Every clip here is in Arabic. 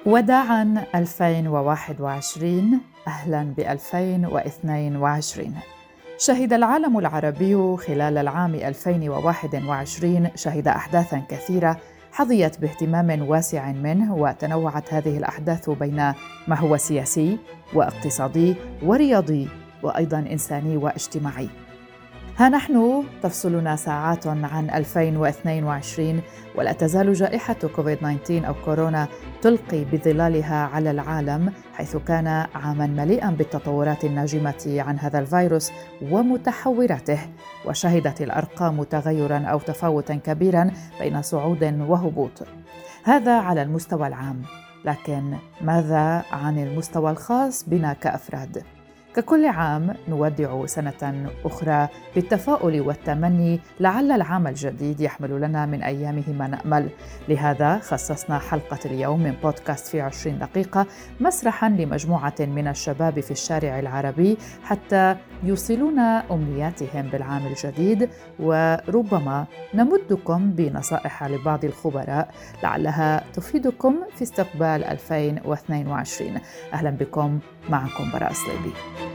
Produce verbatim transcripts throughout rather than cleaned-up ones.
وداعاً ألفين وواحد وعشرين، أهلاً ب ألفين واثنين وعشرين. شهد العالم العربي خلال العام ألفين وواحد وعشرين شهد أحداثاً كثيرة حظيت باهتمام واسع منه، وتنوعت هذه الأحداث بين ما هو سياسي واقتصادي ورياضي وأيضاً إنساني واجتماعي. ها نحن تفصلنا ساعات عن ألفين واثنين وعشرين، ولا تزال جائحة كوفيد تسعة عشر أو كورونا تلقي بظلالها على العالم، حيث كان عاماً مليئاً بالتطورات الناجمة عن هذا الفيروس ومتحوراته، وشهدت الأرقام تغيراً أو تفاوتاً كبيراً بين صعود وهبوط. هذا على المستوى العام، لكن ماذا عن المستوى الخاص بنا كأفراد؟ ككل عام نودع سنة أخرى بالتفاؤل والتمني، لعل العام الجديد يحمل لنا من أيامه ما نأمل. لهذا خصصنا حلقة اليوم من بودكاست في عشرين دقيقة مسرحاً لمجموعة من الشباب في الشارع العربي حتى يوصلون أمنياتهم بالعام الجديد، وربما نمدكم بنصائح لبعض الخبراء لعلها تفيدكم في استقبال ألفين واثنين وعشرين. أهلاً بكم، معكم براء صليبي.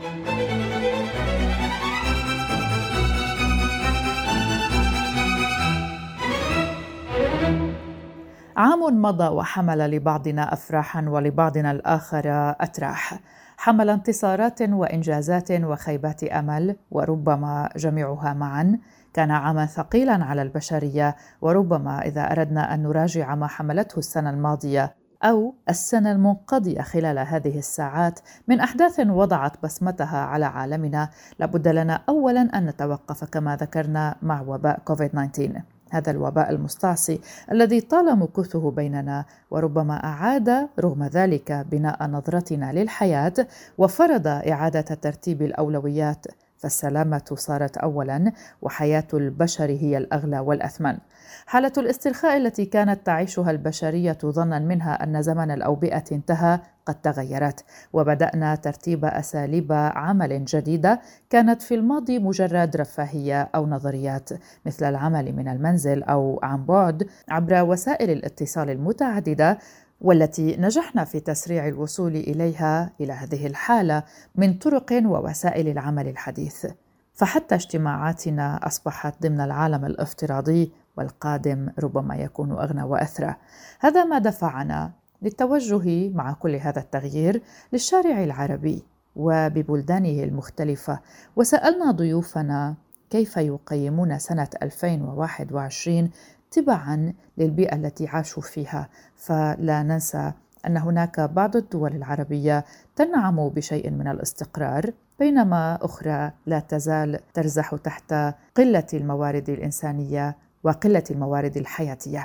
عام مضى وحمل لبعضنا أفراحاً ولبعضنا الآخر أتراح، حمل انتصارات وإنجازات وخيبات أمل، وربما جميعها معاً. كان عاماً ثقيلاً على البشرية، وربما إذا أردنا أن نراجع ما حملته السنة الماضية أو السنة المنقضية خلال هذه الساعات من أحداث وضعت بصمتها على عالمنا، لابد لنا أولاً أن نتوقف كما ذكرنا مع وباء كوفيد تسعة عشر، هذا الوباء المستعصي الذي طال مكوثه بيننا، وربما أعاد رغم ذلك بناء نظرتنا للحياة، وفرض إعادة ترتيب الأولويات، فالسلامة صارت أولاً، وحياة البشر هي الأغلى والأثمن. حالة الاسترخاء التي كانت تعيشها البشرية ظناً منها أن زمن الأوبئة انتهى قد تغيرت، وبدأنا ترتيب أساليب عمل جديدة كانت في الماضي مجرد رفاهية أو نظريات، مثل العمل من المنزل أو عن بعد عبر وسائل الاتصال المتعددة، والتي نجحنا في تسريع الوصول إليها إلى هذه الحالة من طرق ووسائل العمل الحديث. فحتى اجتماعاتنا أصبحت ضمن العالم الافتراضي، والقادم ربما يكون أغنى وأثرى. هذا ما دفعنا للتوجه مع كل هذا التغيير للشارع العربي وببلدانه المختلفة، وسألنا ضيوفنا كيف يقيمون سنة ألفين وواحد وعشرين تبعاً للبيئة التي عاشوا فيها. فلا ننسى أن هناك بعض الدول العربية تنعم بشيء من الاستقرار، بينما أخرى لا تزال ترزح تحت قلة الموارد الإنسانية وقلة الموارد الحياتية.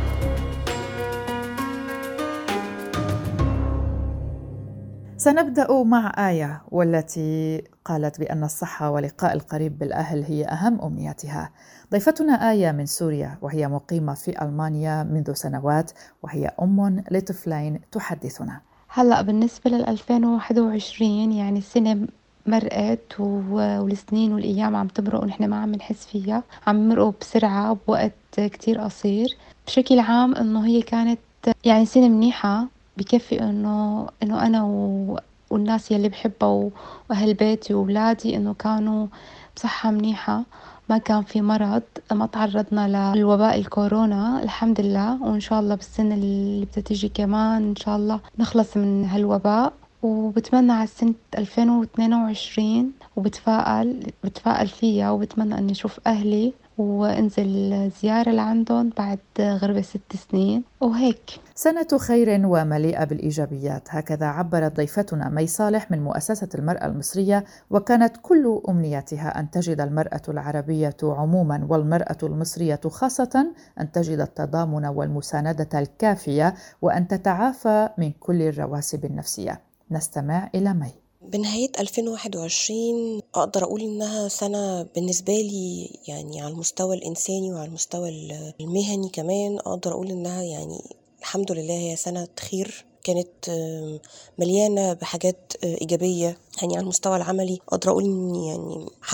سنبدأ مع آية، والتي قالت بأن الصحة ولقاء القريب بالأهل هي أهم أمنياتها. ضيفتنا آية من سوريا، وهي مقيمة في ألمانيا منذ سنوات، وهي أم لطفلين تحدثنا. هلأ بالنسبة للألفين وواحد وعشرين، يعني السنة مرقت والسنين والأيام عم تمرق ونحن ما عم نحس فيها، عم مرقوا بسرعة بوقت كتير قصير. بشكل عام إنه هي كانت يعني سنة منيحة، بكفي إنه إنه أنا و... والناس يلي بحبها وأهل بيتي وأولادي إنه كانوا بصحة منيحة، ما كان في مرض، ما تعرضنا للوباء الكورونا الحمد لله. وإن شاء الله بالسنة اللي بتتجي كمان إن شاء الله نخلص من هالوباء. وبتمنى على سنة ألفين واثنين وعشرين وبتفائل بتفائل فيها، وبتمنى أني أشوف أهلي وانزل زيارة لعندهم بعد غربة ست سنين وهيك. سنة خير ومليئة بالإيجابيات، هكذا عبرت ضيفتنا مي صالح من مؤسسة المرأة المصرية، وكانت كل أمنياتها أن تجد المرأة العربية عموما والمرأة المصرية خاصة أن تجد التضامن والمساندة الكافية، وأن تتعافى من كل الرواسب النفسية. نستمع إلى مي. بنهاية ألفين وواحد وعشرين أقدر أقول إنها سنة بالنسبة لي، يعني على المستوى الإنساني وعلى المستوى المهني كمان أقدر أقول إنها يعني الحمد لله هي سنة خير، كانت مليانة بحاجات إيجابية. يعني على المستوى العملي أقدر أقول إني يعني حققت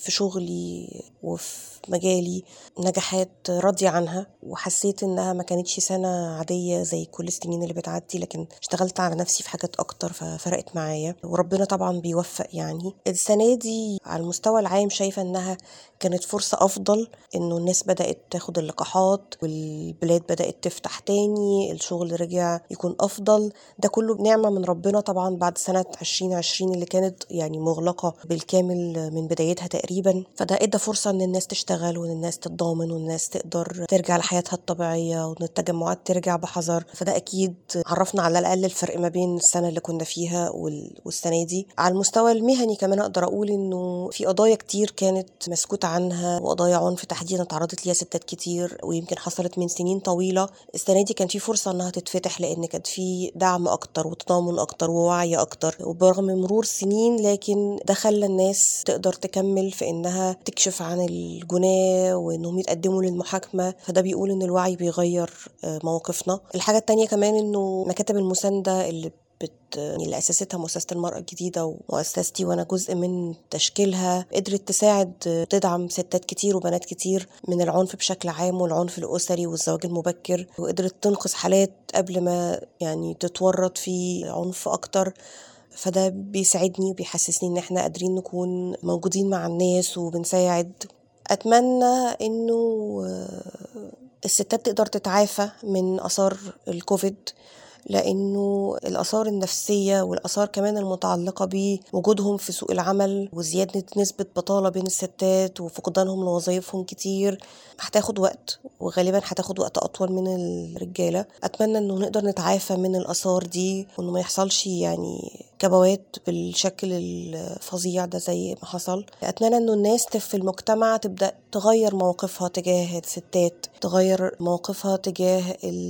في شغلي وفي مجالي نجاحات راضية عنها، وحسيت إنها ما كانتش سنة عادية زي كل السنين اللي بتعدي، لكن اشتغلت على نفسي في حاجات أكتر ففرقت معايا، وربنا طبعا بيوفق. يعني السنة دي على المستوى العام شايفة إنها كانت فرصة أفضل، إنه الناس بدأت تاخد اللقاحات والبلاد بدأت تفتح تاني، الشغل رجع يكون أفضل. ده كله بنعمة من ربنا طبعا بعد سنة عشرين عشرين اللي كانت يعني مغلقة بالكامل من بدايتها تقريبا. فده ادى فرصة إن الناس تشتغل وإن الناس تتضامن والناس تقدر ترجع لحياتها الطبيعية وإن التجمعات ترجع بحذر. فده أكيد عرفنا على الأقل الفرق ما بين السنة اللي كنا فيها والسنة دي. على المستوى المهني كمان أقدر أقول إنه في قضايا كتير كانت مسكوت عنها، وقضايا عنف تحديدا تعرضت ليها ستات كتير ويمكن حصلت من سنين طويلة. السنة دي كان في فرصة إنها تتفتح لأن كانت في دعم أكتر وتضامن أكتر ووعي أكتر، وبرغم مرور سنين لكن ده خلى الناس تقدر تكمل في إنها تكشف عن الجناه وإنهم يتقدموا للمحاكمة. فده بيقول إن الوعي بيغير مواقفنا. الحاجة التانية كمان إنه مكاتب المساندة اللي بت... اللي أسستها مؤسسة المرأة الجديدة ومؤسستي وأنا جزء من تشكيلها قدرت تساعد تدعم ستات كتير وبنات كتير من العنف بشكل عام والعنف الأسري والزواج المبكر، وقدرت تنقذ حالات قبل ما يعني تتورط في عنف أكتر. فده بيساعدني وبيحسسني إن احنا قادرين نكون موجودين مع الناس وبنساعد. أتمنى إنه الستات تقدر تتعافى من آثار الكوفيد، لأنه الآثار النفسية والآثار كمان المتعلقة بوجودهم في سوق العمل وزيادة نسبة بطالة بين الستات وفقدانهم لوظائفهم كتير هتاخد وقت، وغالبا هتاخد وقت أطول من الرجالة. أتمنى أنه نقدر نتعافى من الآثار دي وأنه ما يحصلش يعني كبوات بالشكل الفظيع ده زي ما حصل. أتمنى أنه الناس في المجتمع تبدأ تغير موقفها تجاه الستات، تغير موقفها تجاه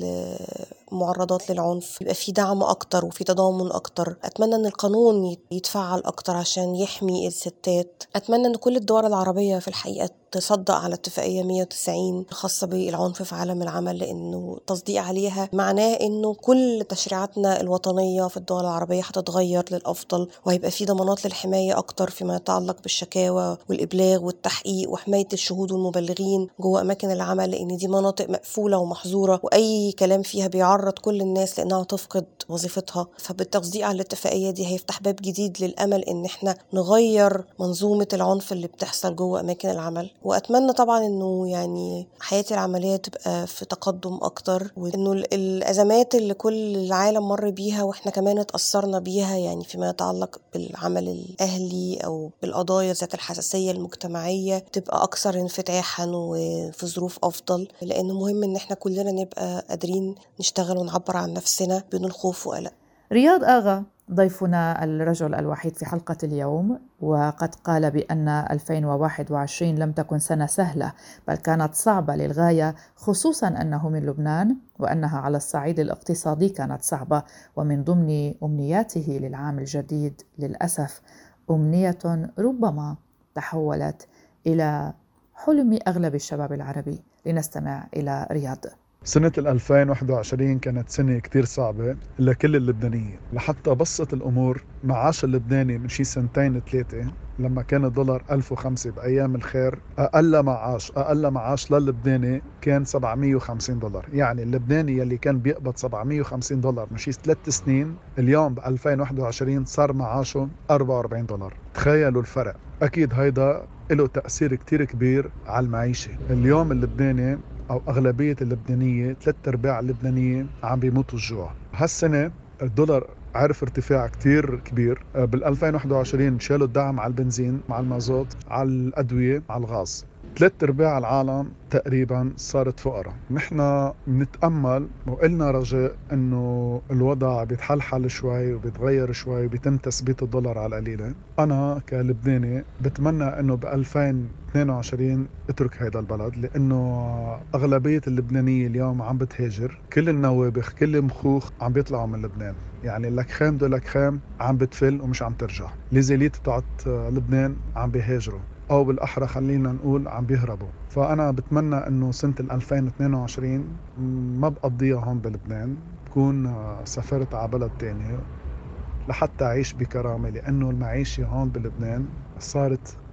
المعرضات للعنف، يبقى في دعم أكتر وفي تضامن أكتر. أتمنى أن القانون يتفعل أكتر عشان يحمي الستات. أتمنى أن كل الدول العربية في الحقيقة تصدق على اتفاقية مية وتسعين الخاصة بالعنف في عالم العمل، لأنه تصديق عليها معناه أنه كل تشريعاتنا الوطنية في الدول العربية هتتغير للأفضل، وهيبقى في ضمانات للحماية أكتر فيما يتعلق بالشكاوى والإبلاغ والتحقيق وحماية الشهود والمبلغين جوه أماكن العمل، لأن دي مناطق مقفولة ومحظورة وأي كلام فيها بيعرض كل الناس لأنها تفقد وظيفتها. فبالتصديق على الاتفاقية دي هيفتح باب جديد للأمل إن احنا نغير منظومة العنف اللي بتحصل جوه أماكن العمل. وأتمنى طبعا إنه يعني حياتي العملية تبقى في تقدم أكتر، وإنه الأزمات اللي كل العالم مر بيها وإحنا كمان اتأثرنا بيها يعني فيما يتعلق بالعمل الأهلي أو بالقضايا ذات الحساسية المجتمعية تبقى أكثر انفتاحا وفي ظروف أفضل، لأنه مهم إن إحنا كلنا نبقى قادرين نشتغل ونعبر عن نفسنا بدون خوف وقلق. رياض آغا ضيفنا الرجل الوحيد في حلقة اليوم، وقد قال بأن ألفين وواحد وعشرين لم تكن سنة سهلة بل كانت صعبة للغاية، خصوصا أنه من لبنان وأنها على الصعيد الاقتصادي كانت صعبة. ومن ضمن أمنياته للعام الجديد للأسف أمنية ربما تحولت إلى حلم أغلب الشباب العربي. لنستمع إلى رياض. سنة ألفين وواحد وعشرين كانت سنة كتير صعبة لكل اللبنانيين، لحتى بسط الأمور معاش اللبناني من شي سنتين ثلاثة لما كان الدولار ألف وخمسة بأيام الخير أقل معاش أقل معاش للبناني كان سبعمية وخمسين دولار. يعني اللبناني يلي كان بيقبض سبعمية وخمسين دولار من شي ثلاث سنين اليوم ب ألفين وواحد وعشرين صار معاشه أربعة وأربعين دولار. تخيلوا الفرق. أكيد هيدا له تأثير كتير كبير على المعيشة. اليوم اللبناني أو أغلبية اللبنانية ثلاث أرباع اللبنانية عم بيموتوا الجوع. هالسنة الدولار عرف ارتفاع كتير كبير. بالألفين وواحد وعشرين شالوا الدعم على البنزين، على المازوت، على الأدوية، على الغاز. ثلاث أرباع العالم تقريبا صارت فقراء. نحن بنتأمل وقلنا رجاء إنه الوضع بيتحلحل شوي وبيتغير شوي وبيتم تثبيت الدولار على القليلة. أنا كلبناني بتمنى إنه بألفين واثنين وعشرين اترك هيدا البلد، لأنه أغلبية اللبنانية اليوم عم بتهاجر. كل النوابخ كل المخوخ عم بيطلعوا من لبنان، يعني لك خام دو لك خام عم بتفل ومش عم ترجع. ليزيليت بتاعت لبنان عم بيهاجروا، أو بالأحرى خلينا نقول عم بيهربوا. فأنا بتمنى إنه سنة ألفين واثنين وعشرين ما بقضيها هون بلبنان، بكون سافرت على بلد تاني لحتى أعيش بكرامة، لأنه المعيشة هون بلبنان صارت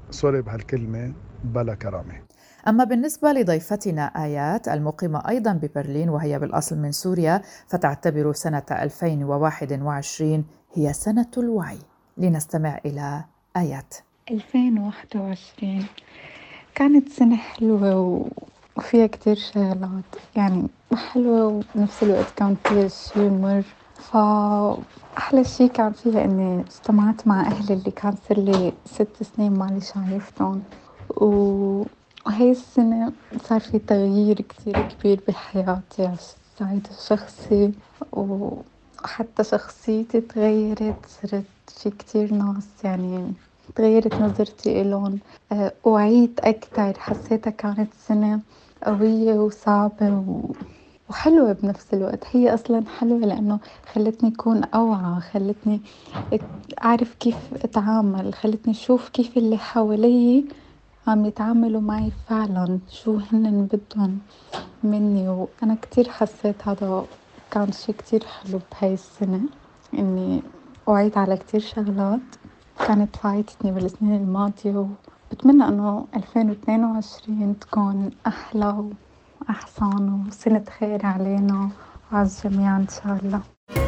سوري بهالكلمة، بلا كرامة. أما بالنسبة لضيفتنا آيات المقيمة أيضا ببرلين وهي بالأصل من سوريا، فتعتبر سنة ألفين وواحد وعشرين هي سنة الوعي. لنستمع إلى آيات. ألفين وواحد وعشرين كانت سنة حلوة وفيها كتير شغلات، يعني حلوة وبنفس الوقت كان فيها شي مر. فأحلى شي كان فيها إني اجتمعت مع أهلي اللي كان صار لي ست سنين مالي شايفتهم، وهي السنة صار في تغيير كتير كبير بحياتي على الصعيد الشخصي، وحتى شخصيتي تغيرت، صرت في كتير ناس يعني تغيرت نظرتي إلهم. أه وعيت أكتر، حسيتها كانت سنة قوية وصعبة وحلوة بنفس الوقت. هي أصلا حلوة لأنه خلتني أكون أوعى، خلتني أعرف كيف أتعامل، خلتني أشوف كيف اللي حوالي عم يتعاملوا معي فعلا، شو هن بدهم مني. وأنا كتير حسيت هذا كان شي كتير حلو بهاي السنة، إني وعيت على كتير شغلات كانت فايتتني بالسنين الماضية، وبتمنى أنه ألفين واثنين وعشرين تكون أحلى وأحسن وسنة خير علينا وعلى الجميع إن شاء الله.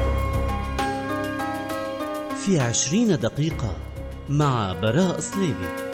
في عشرين دقيقة مع براء صليبي.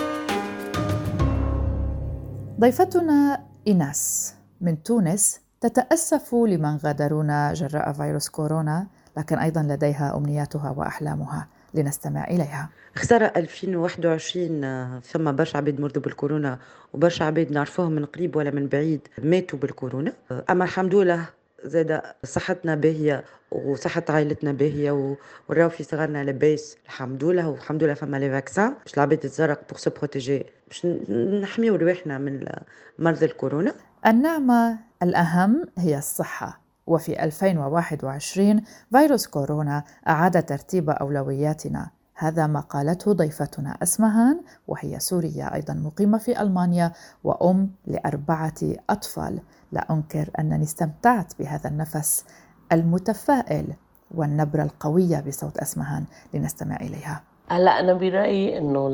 ضيفتنا إيناس من تونس تتأسف لمن غادرونا جراء فيروس كورونا، لكن أيضا لديها أمنياتها وأحلامها. لنستمع إليها. خسارة ألفين وواحد وعشرين ثم برشا عبيد مرضوا بالكورونا وبرشا عبيد نعرفوهم من قريب ولا من بعيد ماتوا بالكورونا. أما الحمد لله زاد صحتنا باهية وصحة عائلتنا باهية وراو في صغارنا لباس الحمد لله، والحمد لله فما لي فاكسان باش العباد تتزرق بور سو بروتيجي باش نحميو رواحنا من مرض الكورونا. النعمة الأهم هي الصحة، وفي ألفين وواحد وعشرين فيروس كورونا أعاد ترتيب أولوياتنا. هذا ما قالته ضيفتنا أسمهان، وهي سورية أيضا مقيمة في ألمانيا وأم لأربعة أطفال. لا أنكر أنني استمتعت بهذا النفس المتفائل والنبرة القوية بصوت أسمهان. لنستمع إليها. هلا أنا برأيي إنه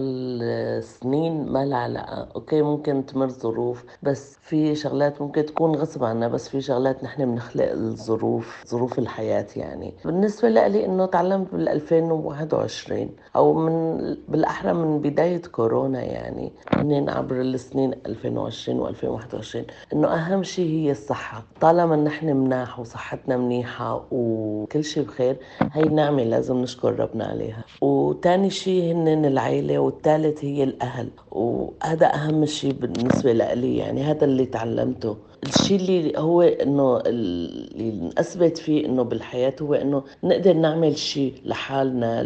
السنين ما لها علاقة، أوكي ممكن تمر ظروف، بس في شغلات ممكن تكون غصب عنا، بس في شغلات نحن بنخلق الظروف، ظروف الحياة. يعني بالنسبة لي إنه تعلمت بال ألفين وواحد وعشرين أو من بالأحرى من بداية كورونا، يعني إني عبر السنين ألفين وعشرين و ألفين وواحد وعشرين إنه أهم شيء هي الصحة. طالما نحن مناح وصحتنا منيحة وكل شيء بخير، هاي نعمة لازم نشكر ربنا عليها. وتاني شيء هن العائلة، والثالث هي الأهل، وهذا أهم شيء بالنسبة لي. يعني هذا اللي تعلمته. الشيء اللي هو إنه اللي أثبت فيه إنه بالحياة هو إنه نقدر نعمل شيء لحالنا،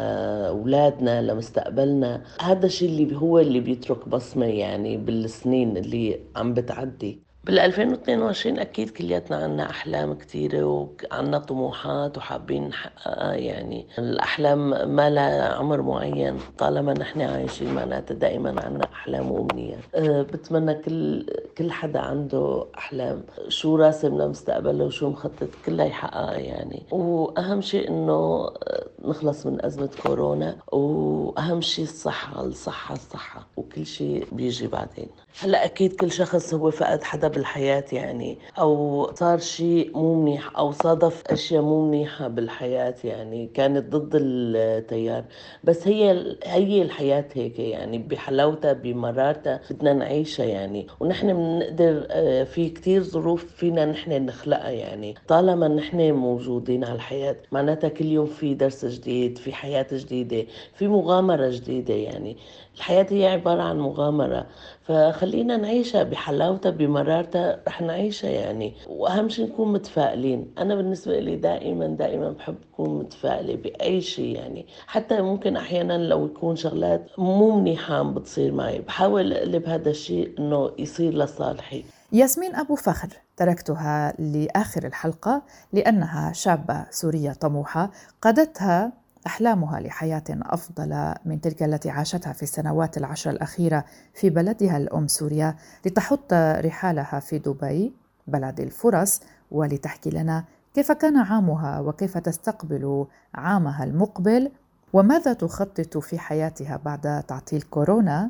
لأولادنا، لمستقبلنا. هذا الشيء اللي هو اللي بيترك بصمة يعني بالسنين اللي عم بتعدي. بال ألفين واثنين وعشرين أكيد كلياتنا عنا أحلام كتيرة وعنا طموحات وحابين نحققها. يعني الأحلام ما لها عمر معين، طالما نحن عايشين معناتها دائما عنا أحلام وأمنيات. أه بتمنى كل كل حدا عنده أحلام، شو راسم لمستقبله وشو مخطط كلها يحققها يعني. وأهم شيء إنه نخلص من أزمة كورونا، وأهم شيء الصحة الصحة الصحة، وكل شيء بيجي بعدين. هلأ أكيد كل شخص هو فقد حدا بالحياة يعني، أو صار شيء مو منيح أو صادف أشياء مو منيحة بالحياة يعني كانت ضد التيار. بس هي هي الحياة هيك يعني، بحلاوتها بمرارتها بدنا نعيشها يعني. ونحن بنقدر في كتير ظروف فينا نحن نخلقها يعني، طالما نحن موجودين على الحياة معناتها كل يوم في درس جديد، في حياة جديدة، في مغامرة جديدة. يعني الحياة هي عبارة عن مغامرة، فخلينا نعيشها بحلاوتها بمرارتها، رح نعيشها يعني. وأهم شيء نكون متفائلين. أنا بالنسبة لي دائما دائما بحب أكون متفائلة بأي شيء يعني، حتى ممكن أحيانا لو يكون شغلات مو منيحة عم بتصير معي بحاول أقلب هذا الشيء إنه يصير لصالحي. ياسمين أبو فخر تركتها لآخر الحلقة لأنها شابة سورية طموحة قادتها أحلامها لحياة أفضل من تلك التي عاشتها في السنوات العشر الأخيرة في بلدها الأم سوريا، لتحط رحالها في دبي بلد الفرص، ولتحكي لنا كيف كان عامها وكيف تستقبل عامها المقبل وماذا تخطط في حياتها بعد تعطيل كورونا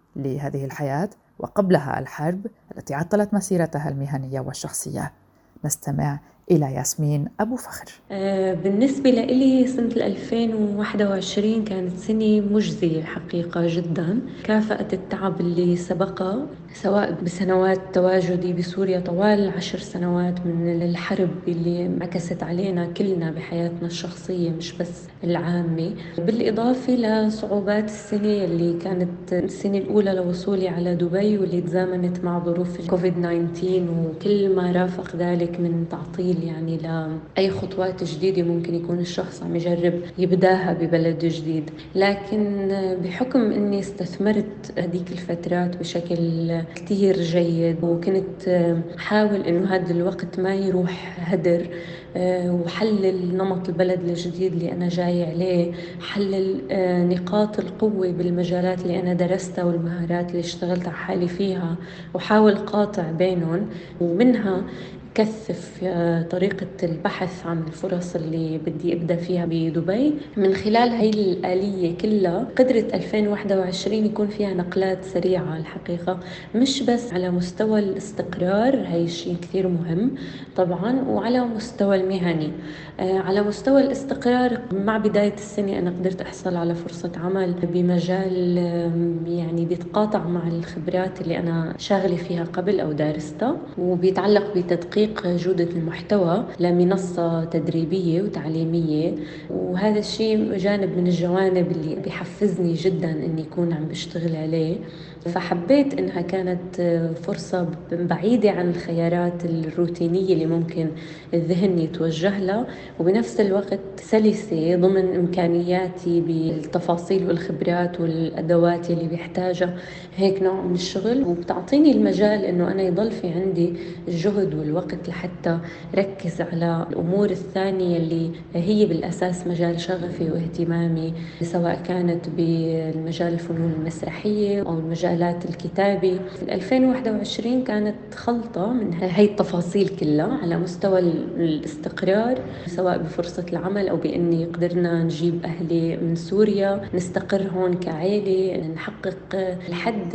لهذه الحياة وقبلها الحرب التي عطلت مسيرتها المهنية والشخصية. نستمع إلى ياسمين أبو فخر. بالنسبة لي سنة ألفين وواحد وعشرين كانت سنة مجزية الحقيقة جدا، كافأت التعب اللي سبقها سواء بسنوات تواجدي بسوريا طوال عشر سنوات من الحرب اللي انعكست علينا كلنا بحياتنا الشخصية مش بس العامة، بالإضافة لصعوبات السنة اللي كانت السنة الأولى لوصولي على دبي واللي تزامنت مع ظروف كوفيد تسعة عشر وكل ما رافق ذلك من تعطيل يعني لأي خطوات جديدة ممكن يكون الشخص عم يجرب يبداها ببلد جديد. لكن بحكم أني استثمرت هذيك الفترات بشكل كتير جيد وكنت حاول أنه هذا الوقت ما يروح هدر، وحلل نمط البلد الجديد اللي أنا جاي عليه، حلل نقاط القوة بالمجالات اللي أنا درستها والمهارات اللي اشتغلت على حالي فيها وحاول قاطع بينهم، ومنها كثف طريقة البحث عن الفرص اللي بدي أبدأ فيها بدبي. من خلال هاي الآلية كلها قدرت ألفين وواحد وعشرين يكون فيها نقلات سريعة الحقيقة، مش بس على مستوى الاستقرار، هاي الشيء كثير مهم طبعا، وعلى مستوى المهني. على مستوى الاستقرار مع بداية السنة أنا قدرت أحصل على فرصة عمل بمجال يعني بيتقاطع مع الخبرات اللي أنا شاغلة فيها قبل أو دارستها، وبيتعلق بتدقيق جودة المحتوى لمنصة تدريبية وتعليمية، وهذا الشيء جانب من الجوانب اللي بيحفزني جدا أني يكون عم بشتغل عليه. فحبيت إنها كانت فرصة بعيدة عن الخيارات الروتينية اللي ممكن الذهن يتوجه لها، وبنفس الوقت سلسة ضمن إمكانياتي بالتفاصيل والخبرات والأدوات اللي بيحتاجها هيك نوع من الشغل، وبتعطيني المجال إنه أنا يضل في عندي الجهد والوقت لحتى ركز على الأمور الثانية اللي هي بالأساس مجال شغفي واهتمامي، سواء كانت بالمجال الفنون المسرحية أو المجال مجالات الكتابة. ألفين وواحد وعشرين كانت خلطة من هاي التفاصيل كلها على مستوى الاستقرار، سواء بفرصة العمل أو بأني قدرنا نجيب أهلي من سوريا نستقر هون كعائلة، نحقق الحد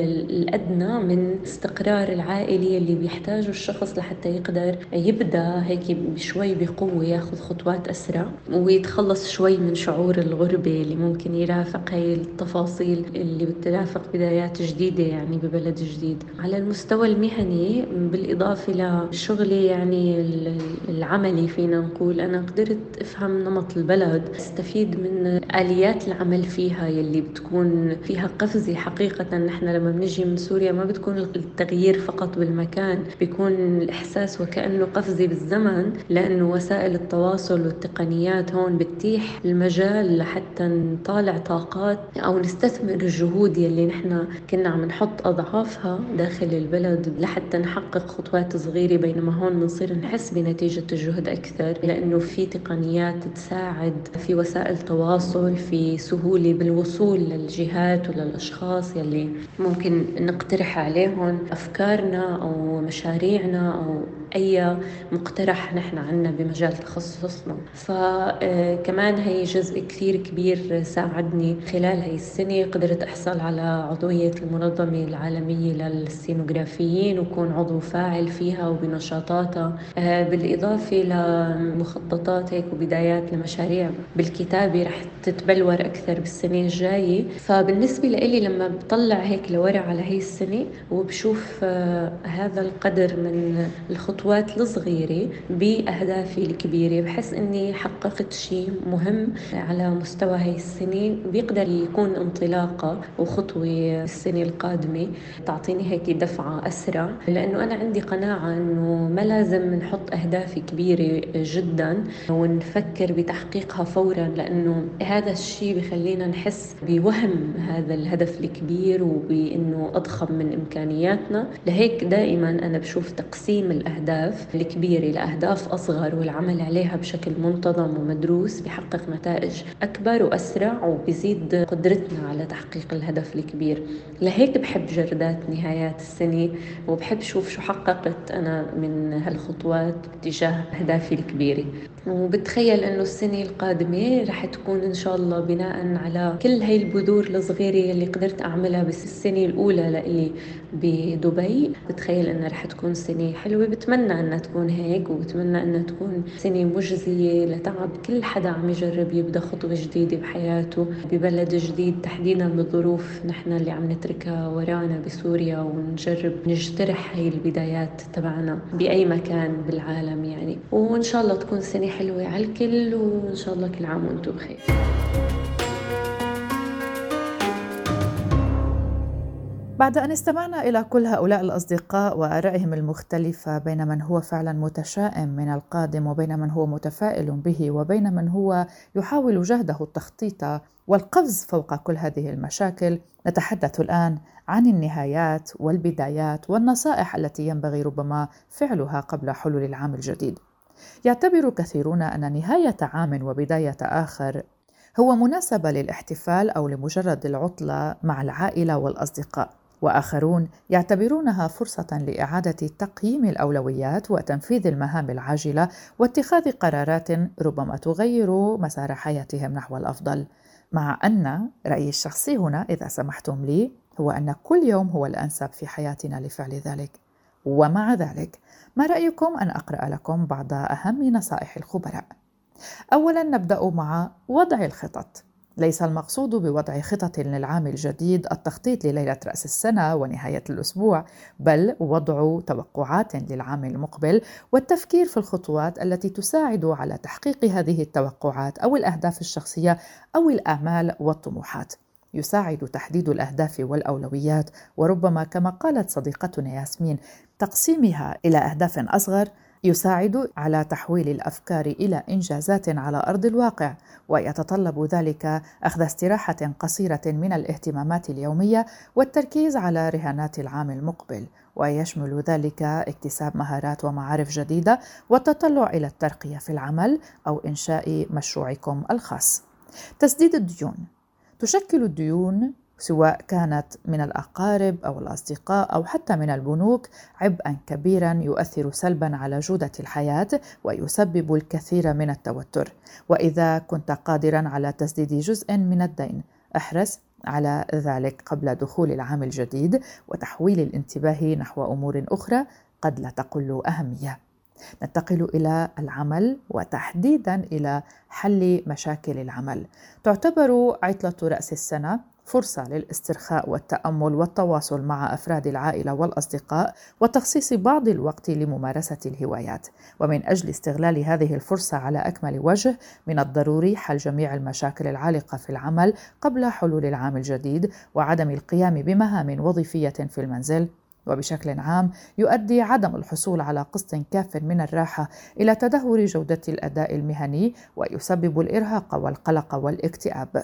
الأدنى من استقرار العائلي اللي بيحتاجه الشخص لحتى يقدر يبدأ هيك بشوي بقوة، ياخذ خطوات أسرع ويتخلص شوي من شعور الغربة اللي ممكن يرافق هاي التفاصيل اللي بترافق بدايات جديدة يعني ببلد جديد. على المستوى المهني بالإضافة لشغلي يعني العملي فينا نقول، أنا قدرت أفهم نمط البلد، استفيد من آليات العمل فيها يلي بتكون فيها قفزة. حقيقة نحن لما بنجي من سوريا ما بتكون التغيير فقط بالمكان، بيكون الإحساس وكأنه قفزة بالزمن، لأنه وسائل التواصل والتقنيات هون بتتيح المجال لحتى نطالع طاقات أو نستثمر الجهود يلي نحن كنا عم نحط أضعافها داخل البلد لحتى نحقق خطوات صغيرة، بينما هون بنصير نحس بنتيجة الجهد أكثر، لأنه في تقنيات تساعد، في وسائل تواصل، في سهولة بالوصول للجهات وللأشخاص يلي ممكن نقترح عليهم أفكارنا أو مشاريعنا أو أي مقترح نحن عنا بمجال تخصصنا. فكمان هي جزء كثير كبير ساعدني خلال هاي السنة. قدرت أحصل على عضوية المنظمة العالمية للسينوغرافيين وكون عضو فاعل فيها وبنشاطاتها، بالإضافة لمخططات هيك وبدايات لمشاريع بالكتابة رح تتبلور أكثر بالسنة الجاية. فبالنسبة لي لما بطلع هيك لورا على هاي السنة وبشوف هذا القدر من الخطوات الصغيرة بأهدافي الكبيرة، بحس أني حققت شيء مهم على مستوى هاي السنة، بيقدر يكون انطلاقة وخطوة السنة القادمة تعطيني هيك دفعة أسرع، لأنه أنا عندي قناعة أنه ما لازم نحط أهداف كبيرة جدا ونفكر بتحقيقها فورا، لأنه هذا الشيء بخلينا نحس بوهم هذا الهدف الكبير وبأنه أضخم من إمكانياتنا. لهيك دائما أنا بشوف تقسيم الأهداف الأهداف الكبيرة لأهداف أصغر والعمل عليها بشكل منتظم ومدروس بيحقق نتائج أكبر وأسرع وبيزيد قدرتنا على تحقيق الهدف الكبير. لهيك بحب جردات نهايات السنة وبحب شوف شو حققت أنا من هالخطوات باتجاه أهدافي الكبيرة، وبتخيل أنه السنة القادمة رح تكون إن شاء الله بناء على كل هاي البذور الصغيرة اللي قدرت أعملها بس السنة الأولى لإلي بدبي. بتخيل أنها رح تكون سنة حلوة، بتمنى أنها تكون هيك، وبتمنى أنها تكون سنة مجزية لتعب كل حدا عم يجرب يبدأ خطوة جديدة بحياته ببلد جديد، تحديدا بالظروف نحن اللي عم نتركها ورانا بسوريا، ونجرب نجترح هاي البدايات تبعنا بأي مكان بالعالم يعني. وإن شاء الله تكون سنة حلوة على الكل، وإن شاء الله كل عام وأنتم بخير. بعد أن استمعنا إلى كل هؤلاء الأصدقاء وآرائهم المختلفة بين من هو فعلا متشائم من القادم وبين من هو متفائل به وبين من هو يحاول جهده التخطيط والقفز فوق كل هذه المشاكل، نتحدث الآن عن النهايات والبدايات والنصائح التي ينبغي ربما فعلها قبل حلول العام الجديد. يعتبر كثيرون أن نهاية عام وبداية آخر هو مناسبة للاحتفال أو لمجرد العطلة مع العائلة والأصدقاء، وآخرون يعتبرونها فرصة لإعادة تقييم الأولويات وتنفيذ المهام العاجلة واتخاذ قرارات ربما تغير مسار حياتهم نحو الأفضل. مع أن رأيي الشخصي هنا إذا سمحتم لي هو أن كل يوم هو الأنسب في حياتنا لفعل ذلك. ومع ذلك ما رأيكم أن أقرأ لكم بعض أهم نصائح الخبراء؟ أولاً نبدأ مع وضع الخطط. ليس المقصود بوضع خطط للعام الجديد التخطيط لليلة رأس السنة ونهاية الأسبوع، بل وضع توقعات للعام المقبل والتفكير في الخطوات التي تساعد على تحقيق هذه التوقعات أو الأهداف الشخصية أو الآمال والطموحات. يساعد تحديد الأهداف والأولويات، وربما كما قالت صديقتنا ياسمين تقسيمها إلى أهداف أصغر يساعد على تحويل الأفكار إلى إنجازات على أرض الواقع، ويتطلب ذلك أخذ استراحة قصيرة من الاهتمامات اليومية والتركيز على رهانات العام المقبل، ويشمل ذلك اكتساب مهارات ومعارف جديدة والتطلع إلى الترقية في العمل أو إنشاء مشروعكم الخاص. تسديد الديون. تشكل الديون سواء كانت من الأقارب أو الأصدقاء أو حتى من البنوك عبئاً كبيراً يؤثر سلباً على جودة الحياة ويسبب الكثير من التوتر. وإذا كنت قادراً على تسديد جزء من الدين احرص على ذلك قبل دخول العام الجديد وتحويل الانتباه نحو أمور أخرى قد لا تقل أهمية. ننتقل إلى العمل وتحديداً إلى حل مشاكل العمل. تعتبر عطلة رأس السنة فرصة للاسترخاء والتأمل والتواصل مع أفراد العائلة والأصدقاء وتخصيص بعض الوقت لممارسة الهوايات. ومن أجل استغلال هذه الفرصة على أكمل وجه من الضروري حل جميع المشاكل العالقة في العمل قبل حلول العام الجديد وعدم القيام بمهام وظيفية في المنزل. وبشكل عام يؤدي عدم الحصول على قسط كاف من الراحة إلى تدهور جودة الأداء المهني ويسبب الإرهاق والقلق والاكتئاب.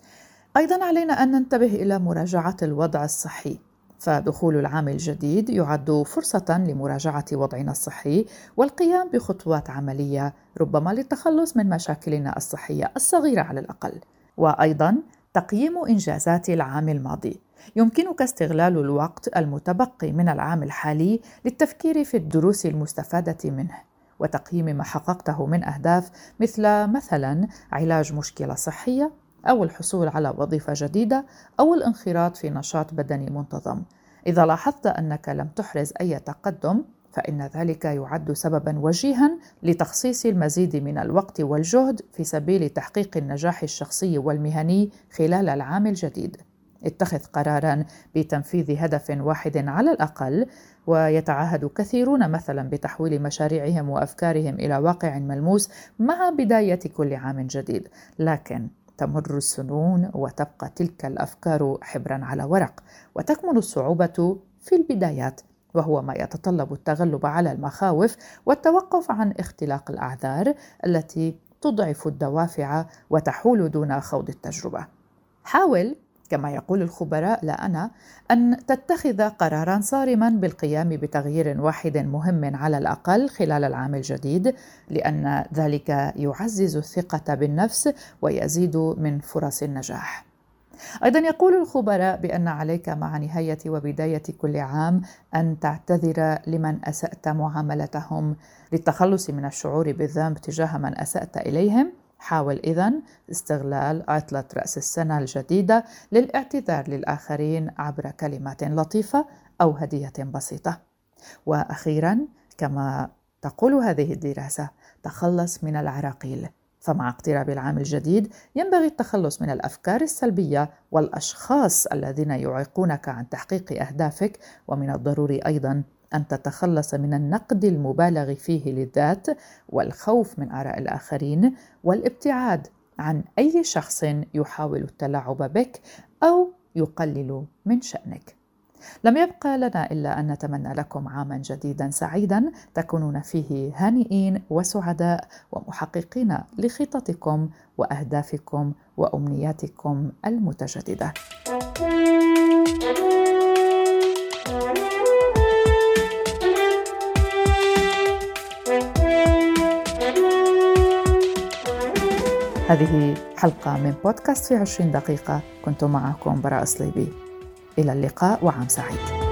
أيضاً علينا أن ننتبه إلى مراجعة الوضع الصحي، فدخول العام الجديد يعد فرصة لمراجعة وضعنا الصحي والقيام بخطوات عملية ربما للتخلص من مشاكلنا الصحية الصغيرة على الأقل. وأيضاً تقييم إنجازات العام الماضي. يمكنك استغلال الوقت المتبقي من العام الحالي للتفكير في الدروس المستفادة منه وتقييم ما حققته من أهداف مثل مثلاً علاج مشكلة صحية أو الحصول على وظيفة جديدة أو الانخراط في نشاط بدني منتظم. إذا لاحظت أنك لم تحرز أي تقدم فإن ذلك يعد سبباً وجيهاً لتخصيص المزيد من الوقت والجهد في سبيل تحقيق النجاح الشخصي والمهني خلال العام الجديد. اتخذ قراراً بتنفيذ هدف واحد على الأقل، ويتعهد كثيرون مثلاً بتحويل مشاريعهم وأفكارهم إلى واقع ملموس مع بداية كل عام جديد، لكن تمر السنون وتبقى تلك الأفكار حبراً على ورق، وتكمن الصعوبة في البدايات، وهو ما يتطلب التغلب على المخاوف والتوقف عن اختلاق الأعذار التي تضعف الدوافع وتحول دون خوض التجربة. حاول كما يقول الخبراء لا أنا أن تتخذ قراراً صارماً بالقيام بتغيير واحد مهم على الأقل خلال العام الجديد، لأن ذلك يعزز الثقة بالنفس ويزيد من فرص النجاح. أيضاً يقول الخبراء بأن عليك مع نهاية وبداية كل عام أن تعتذر لمن أسأت معاملتهم. للتخلص من الشعور بالذنب تجاه من أسأت إليهم، حاول إذن استغلال عطلة رأس السنة الجديدة للاعتذار للآخرين عبر كلمات لطيفة أو هدية بسيطة. وأخيراً، كما تقول هذه الدراسة، تخلص من العراقيل. فمع اقتراب العام الجديد ينبغي التخلص من الأفكار السلبية والأشخاص الذين يعيقونك عن تحقيق أهدافك، ومن الضروري أيضاً أن تتخلص من النقد المبالغ فيه للذات والخوف من آراء الآخرين والابتعاد عن أي شخص يحاول التلاعب بك أو يقلل من شأنك. لم يبقى لنا إلا أن نتمنى لكم عاما جديدا سعيدا تكونون فيه هانئين وسعداء ومحققين لخططكم وأهدافكم وأمنياتكم المتجددة. هذه حلقة من بودكاست في عشرين دقيقة، كنت معكم براء صليبي. إلى اللقاء وعام سعيد.